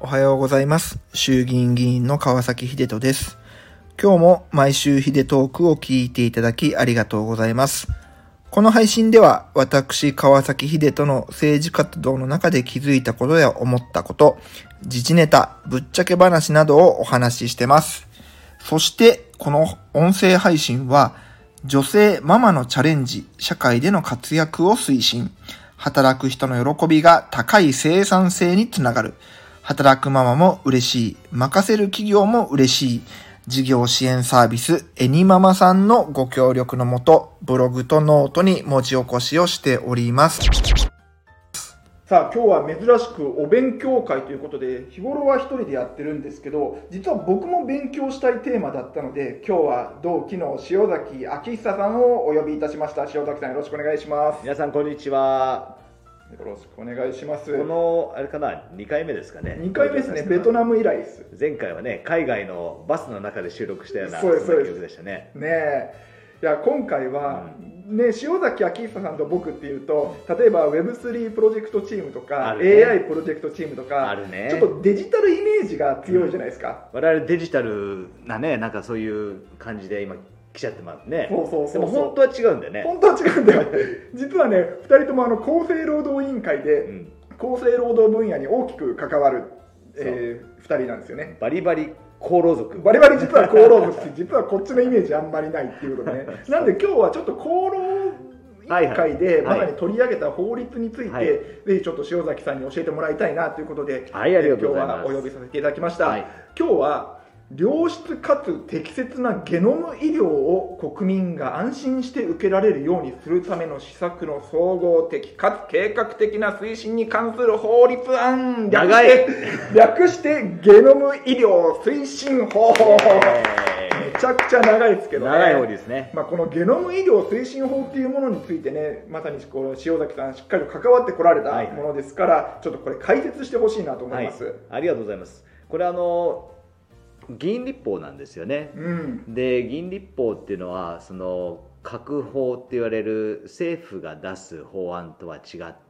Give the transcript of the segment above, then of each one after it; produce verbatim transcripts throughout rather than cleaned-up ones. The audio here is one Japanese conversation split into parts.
おはようございます。衆議院議員の川崎秀人です。今日も毎週秀トークを聞いていただきありがとうございます。この配信では私川崎秀人の政治活動の中で気づいたことや思ったこと、時事ネタ、ぶっちゃけ話などをお話ししてます。そしてこの音声配信は女性ママのチャレンジ、社会での活躍を推進、働く人の喜びが高い生産性につながる、働くママも嬉しい、任せる企業も嬉しい、事業支援サービスエニママさんのご協力のもと、ブログとノートに文字起こしをしております。さあ、今日は珍しくお勉強会ということで、日頃は一人でやってるんですけど、実は僕も勉強したいテーマだったので、今日は同期の塩崎昭久さんをお呼びいたしました。塩崎さん、よろしくお願いします。 皆さんこんにちは。 よろしくお願いします。 このあれかな、にかいめですかね。 にかいめですね。ベトナム以来です。 前回はね、海外のバスの中で収録したようなそうですそうですでしたね。 ねえ。いや今回は、うん、ね、塩崎昭久さんと僕っていうと、例えば ウェブスリー プロジェクトチームとか、ね、エーアイ プロジェクトチームとか、ね、ちょっとデジタルイメージが強いじゃないですか、 うん、我々デジタルなね、なんかそういう感じで今来ちゃってますね。 そうそうそうそう。 でも本当は違うんだよね。 本当は違うんだよ実はね、ふたりともあの厚生労働委員会で、うん、厚生労働分野に大きく関わる、えー、ふたりなんですよね。 バリバリ厚労族、 バリバリ実は厚労族って実はこっちのイメージあんまりないっていうことでねなんで今日はちょっと厚労委員会でまさに取り上げた法律について、はい、ぜひちょっと塩崎さんに教えてもらいたいなということで、 はい、ありがとうございます。 今日はお呼びさせていただきました、はい、今日は良質かつ適切なゲノム医療を国民が安心して受けられるようにするための施策の総合的かつ計画的な推進に関する法律案、略して略してゲノム医療推進法、めちゃくちゃ長いですけどね。 長い法律ですね。 まあ、このゲノム医療推進法っていうものについてね、まさにこの塩崎さんしっかりと関わってこられたものですから、はいはい、ちょっとこれ解説してほしいなと思います、はい、 ありがとうございます。これあの議員立法なんですよね、うん、で議員立法っていうのはその閣法って言われる政府が出す法案とは違って、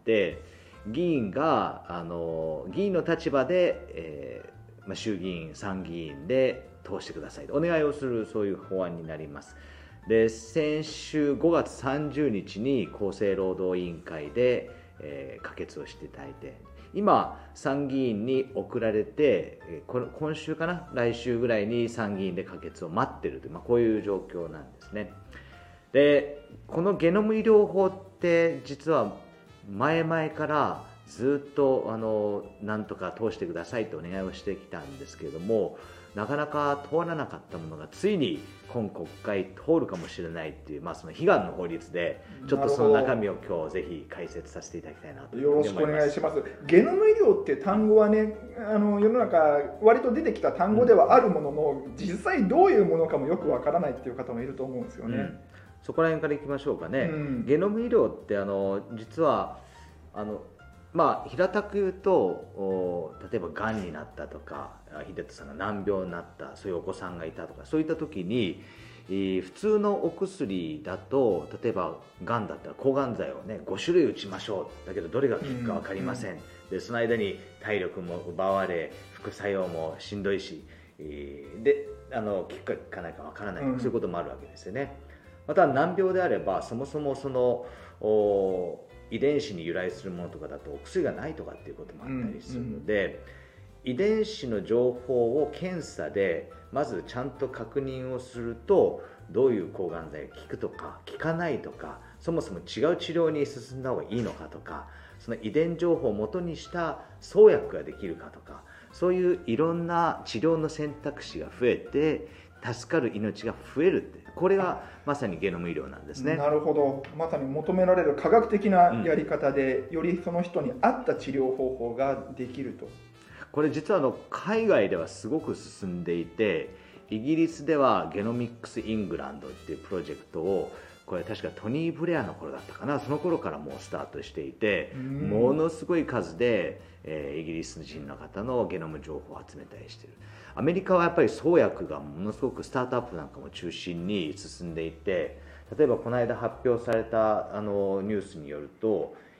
議員があの議員の立場で、えーまあ、衆議院参議院で通してくださいとお願いをする、そういう法案になります。で先週ごがつさんじゅうにちに厚生労働委員会で、えー、可決をしていただいて、今参議院に送られて、今週かな、来週ぐらいに参議院で可決を待っているという、まあ、こういう状況なんですね。でこのゲノム医療法って実は前々からずっとあのなんとか通してくださいとお願いをしてきたんですけれども、なかなか通らなかったものがついに今国会通るかもしれないっていう、まあ、その悲願の法律で、ちょっとその中身を今日ぜひ解説させていただきたいなと思います。 よろしくお願いします。ゲノム医療って単語はね、あの世の中割と出てきた単語ではあるものの、うん、実際どういうものかもよくわからないっていう方もいると思うんですよね、うん、 そこら辺からいきましょうかね、うん、ゲノム医療ってあの実はあのまあ、平たく言うと、例えばがんになったとか、秀人さんが難病になった、そういうお子さんがいたとか、そういった時に、えー、普通のお薬だと、例えばがんだったら抗がん剤をねごしゅるい打ちましょう、だけどどれが効くか分かりません、うん、でその間に体力も奪われ副作用もしんどいし、えー、であの効くか効かないか分からない、うん、そういうこともあるわけですよね。また難病であればそもそもそのお遺伝子に由来するものとかだとお薬がないとかっていうこともあったりするので、うんうん、遺伝子の情報を検査でまずちゃんと確認をすると、どういう抗がん剤が効くとか効かないとか、そもそも違う治療に進んだ方がいいのかとか、その遺伝情報を元にした創薬ができるかとか、そういういろんな治療の選択肢が増えて助かる命が増えるって、これがまさにゲノム医療なんですね。 なるほど。まさに求められる科学的なやり方で、うん、よりその人に合った治療方法ができると。 これ実はあの海外ではすごく進んでいて、イギリスではゲノミックスイングランドっていうプロジェクトを、これ確かトニー・ブレアの頃だったかな、その頃からもうスタートしていて、ものすごい数で、えー、イギリス人の方のゲノム情報を集めたりしている。アメリカはやっぱり創薬がものすごくスタートアップなんかも中心に進んでいて、例えばこの間発表されたあのニュースによると、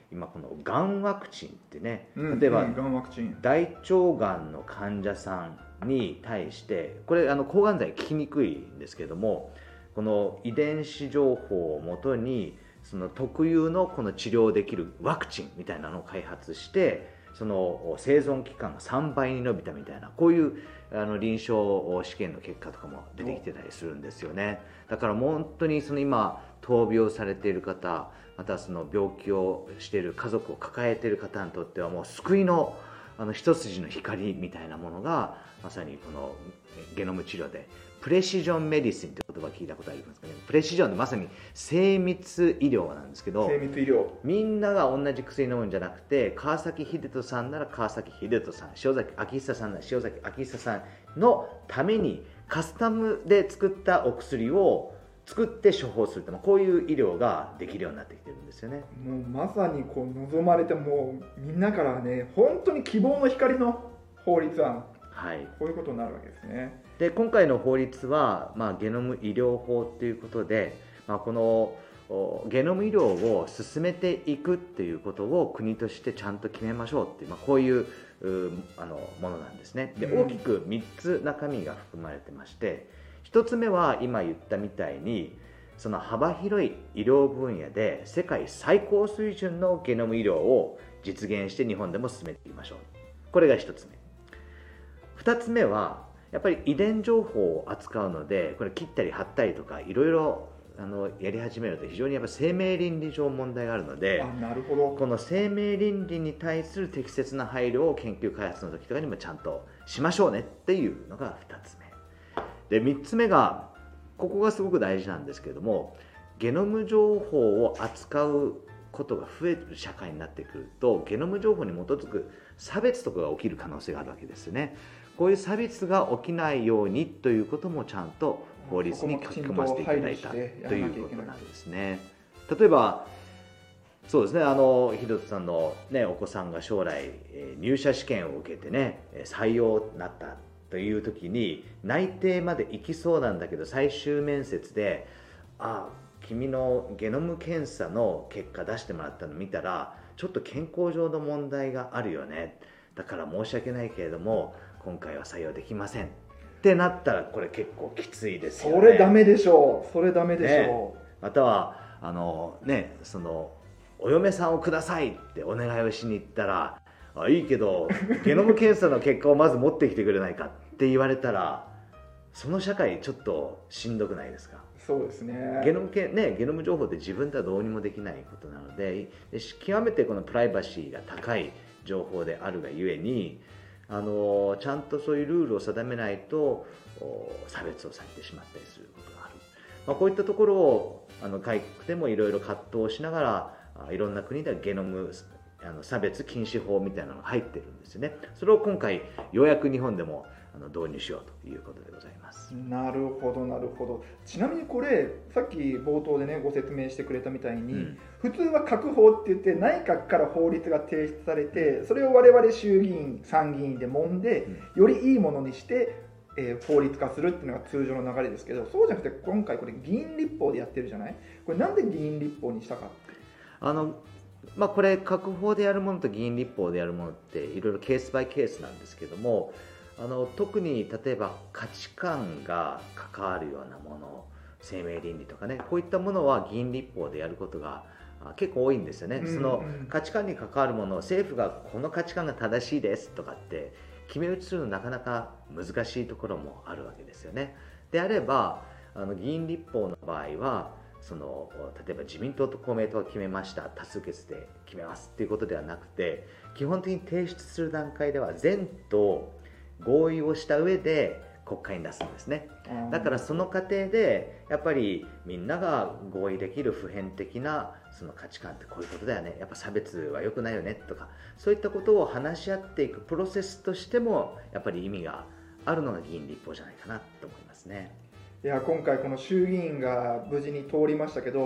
今このがんワクチンってね、 うん、 例えば、 うん、がんワクチン、 大腸がんの患者さんに対してこれあの抗がん剤効きにくいんですけども、この遺伝子情報をもとにその特有のこの治療できるワクチンみたいなのを開発して、その生存期間がさんばいに伸びたみたいな、こういうあの臨床試験の結果とかも出てきてたりするんですよね。だから本当にその今闘病されている方、またその病気をしている家族を抱えている方にとってはもう救いのあの一筋の光みたいなものがまさにこのゲノム治療でプレシジョンメディシンという言葉聞いたことありますかね。プレシジョンでまさに精密医療なんですけど、 精密医療、 みんなが同じ薬飲むんじゃなくて、川崎秀人さんなら川崎秀人さん、塩崎昭久さんなら塩崎昭久さんのためにカスタムで作ったお薬を作って処方すると、こういう医療ができるようになってきてるんですよね。 もうまさにこう望まれて、もうみんなからね本当に希望の光の法律案、 はい、 こういうことになるわけですね。 で今回の法律は、まあ、ゲノム医療法ということで、まあ、このゲノム医療を進めていくっていうことを国としてちゃんと決めましょうっていう、まあ、こういうあのものなんですね。で大きくみっつ中身が含まれてまして、ひとつめは今言ったみたいにその幅広い医療分野で世界最高水準のゲノム医療を実現して日本でも進めていきましょう。これがひとつめ。ふたつめはやっぱり遺伝情報を扱うので、これ切ったり貼ったりとかいろいろあのやり始めると非常にやっぱ生命倫理上問題があるので、 あ、なるほど。 この生命倫理に対する適切な配慮を研究開発の時とかにもちゃんとしましょうねっていうのがふたつめで、みっつめがここがすごく大事なんですけれども、ゲノム情報を扱うことが増える社会になってくると、ゲノム情報に基づく差別とかが起きる可能性があるわけですよね。こういう差別が起きないようにということもちゃんと法律に書き込ませていただいたということなんですね。例えばそうですね、あの秀人さんの、ね、お子さんが将来入社試験を受けてね採用になったという時に内定まで行きそうなんだけど、最終面接であ君のゲノム検査の結果出してもらったの見たらちょっと健康上の問題があるよね、だから申し訳ないけれども今回は採用できませんってなったら、これ結構きついですよね。 それダメでしょう。それダメでしょう、 ね、またはあのねそのお嫁さんをくださいってお願いをしに行ったら、あいいけどゲノム検査の結果をまず持ってきてくれないかって言われたら、その社会ちょっとしんどくないですか。 そうですね。 ゲノムけ、ね、ゲノム情報って自分ではどうにもできないことなので、で極めてこのプライバシーが高い情報であるがゆえに、あのちゃんとそういうルールを定めないと差別をされてしまったりすることがある、まあ、こういったところをあの外国でもいろいろ葛藤しながら、いろんな国ではゲノムあの差別禁止法みたいなのが入ってるんですよね。それを今回ようやく日本でもあの導入しようということでございます。 なるほどなるほど。ちなみにこれさっき冒頭でねご説明してくれたみたいに、うん、普通は閣法って言って内閣から法律が提出されて、それを我々衆議院参議院で揉んで、うん、よりいいものにして、えー、法律化するっていうのが通常の流れですけど、そうじゃなくて今回これ議員立法でやってるじゃない。これなんで議員立法にしたかって。 あのまあ、これ閣法でやるものと議員立法でやるものっていろいろケースバイケースなんですけども、あの特に例えば価値観が関わるようなもの、生命倫理とかね、こういったものは議員立法でやることが結構多いんですよね、うんうん、その価値観に関わるものを政府がこの価値観が正しいですとかって決め打ちするのなかなか難しいところもあるわけですよね。であればあの議員立法の場合はその例えば自民党と公明党が決めました、多数決で決めますっていうことではなくて、基本的に提出する段階では全党合意をした上で国会に出すんですね。だからその過程でやっぱりみんなが合意できる普遍的なその価値観ってこういうことだよね、やっぱ差別は良くないよねとか、そういったことを話し合っていくプロセスとしてもやっぱり意味があるのが議員立法じゃないかなと思いますね。 いや今回この衆議院が無事に通りましたけど、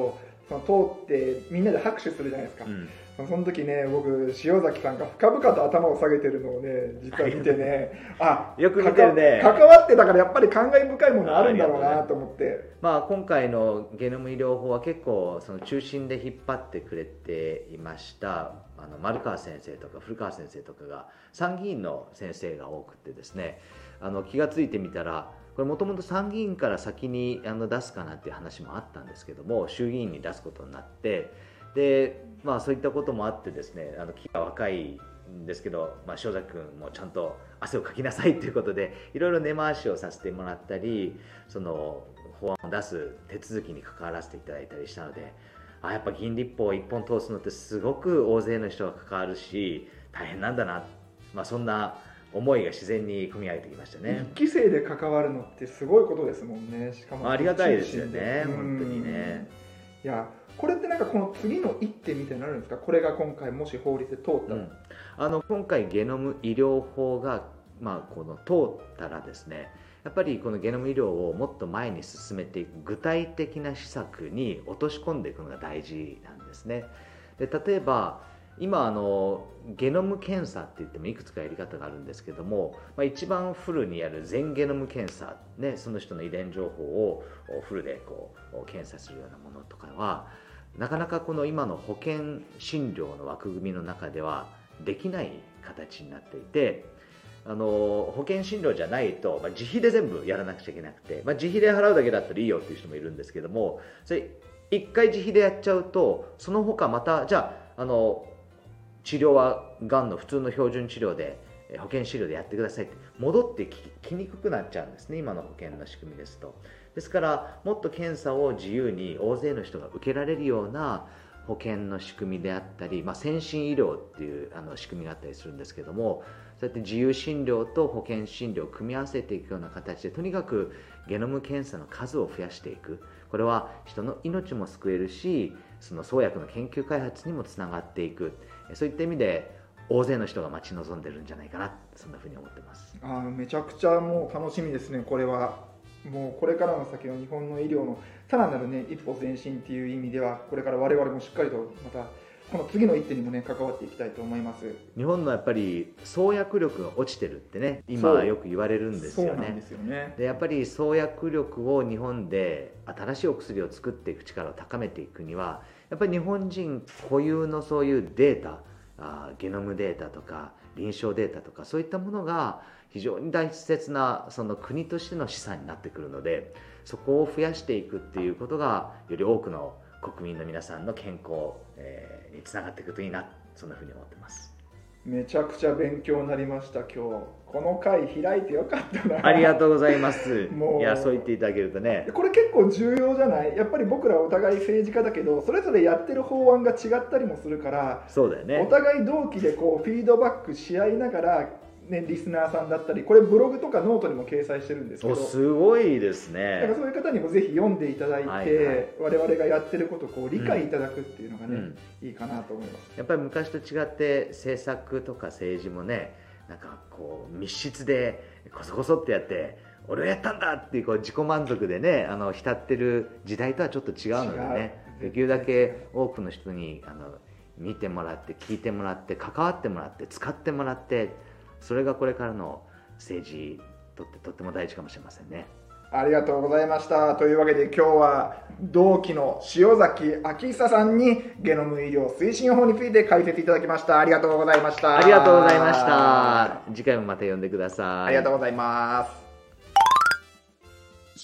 その通ってみんなで拍手するじゃないですか、 うんその時ね、僕、塩崎さんが深々と頭を下げてるのをね、実は見てね、あ、 よく見てるね。 関わってたからやっぱり感慨深いものあるんだろうなと思って。 まあ、今回のゲノム医療法は結構その中心で引っ張ってくれていましたあの丸川先生とか古川先生とかが参議院の先生が多くてですね、あの気がついてみたらこれもともと参議院から先にあの出すかなっていう話もあったんですけども、衆議院に出すことになって、でまあそういったこともあってですね、あの気が若いんですけど、まあ、塩崎君もちゃんと汗をかきなさいということでいろいろ根回しをさせてもらったり、その法案を出す手続きに関わらせていただいたりしたので、あやっぱ議員立法を一本通すのってすごく大勢の人が関わるし大変なんだな、まあ、そんな思いが自然に込み上げてきましたね。 一期生で関わるのってすごいことですもんね。しかもありがたいですよね、本当にね。 いやこれってなんかこの次の一手みたいになるんですか。これが今回もし法律で通ったら、うん、 あの今回ゲノム医療法が、まあ、この通ったらですね、やっぱりこのゲノム医療をもっと前に進めていく具体的な施策に落とし込んでいくのが大事なんですね。で例えば今あのゲノム検査って言ってもいくつかやり方があるんですけども、まあ、一番フルにやる全ゲノム検査、ね、その人の遺伝情報をフルでこう検査するようなものとかはなかなかこの今の保険診療の枠組みの中ではできない形になっていて、あの保険診療じゃないと、まあ、自費で全部やらなくちゃいけなくて、まあ、自費で払うだけだったらいいよっていう人もいるんですけども、それ一回自費でやっちゃうとその他またじゃあ、あの治療はがんの普通の標準治療で保険診療でやってくださいって戻ってききにくくなっちゃうんですね、今の保険の仕組みですと。ですからもっと検査を自由に大勢の人が受けられるような保険の仕組みであったり、まあ、先進医療っていうあの仕組みがあったりするんですけども、そうやって自由診療と保険診療を組み合わせていくような形でとにかくゲノム検査の数を増やしていく、これは人の命も救えるしその創薬の研究開発にもつながっていく、そういった意味で大勢の人が待ち望んでるんじゃないかな、そんなふうに思ってます。 あめちゃくちゃもう楽しみですね。これはもうこれからの先の日本の医療のさらなるね一歩前進っていう意味ではこれから我々もしっかりとまたこの次の一手にもね関わっていきたいと思います。 日本のやっぱり創薬力が落ちてるってね今よく言われるんですよね。 そうなんですよね。 でやっぱり創薬力を日本で新しいお薬を作っていく力を高めていくにはやっぱり日本人固有のそういうデータ、あゲノムデータとか臨床データとかそういったものが非常に大切なその国としての資産になってくるので、そこを増やしていくっていうことがより多くの国民の皆さんの健康、えー、につながっていくといいな、そんなふうに思ってます。 めちゃくちゃ勉強になりました。今日この回開いてよかったな。 ありがとうございます。もういやそう言っていただけるとね、 これ結構重要じゃない。やっぱり僕らお互い政治家だけどそれぞれやってる法案が違ったりもするから、 そうだよね、 お互い同期でこうフィードバックし合いながらね、リスナーさんだったりこれブログとかノートにも掲載してるんですけど、 すごいですね。 だからそういう方にもぜひ読んでいただいて、はいはい、我々がやってることをこう理解いただくっていうのがね、うんうん、いいかなと思います。 やっぱり昔と違って政策とか政治もねなんかこう密室でこそこそってやって俺はやったんだっていう、こう自己満足でねあの浸ってる時代とはちょっと違うのでね、できるだけ多くの人にあの見てもらって聞いてもらって関わってもらって使ってもらって、それがこれからの政治にとってとっても大事かもしれませんね。 ありがとうございました。というわけで今日は同期の塩崎昭久さんにゲノム医療推進法について解説いただきました。ありがとうございました。 ありがとうございました。次回もまた呼んでください。 ありがとうございます。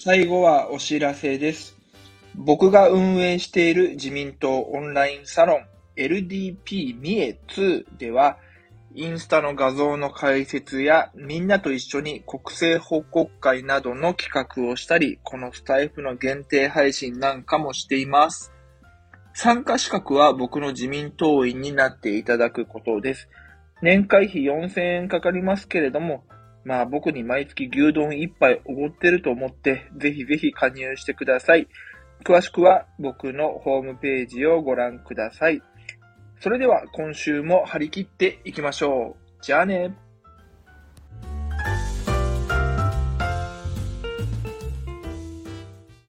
最後はお知らせです。僕が運営している自民党オンラインサロン エルディーピー 三重にではインスタの画像の解説やみんなと一緒に国政報告会などの企画をしたり、このスタイフの限定配信なんかもしています。参加資格は僕の自民党員になっていただくことです。年会費よんせんえんかかりますけれども、まあ僕に毎月牛丼一杯おごってると思って、ぜひぜひ加入してください。詳しくは僕のホームページをご覧ください。それでは今週も張り切っていきましょう。じゃあね。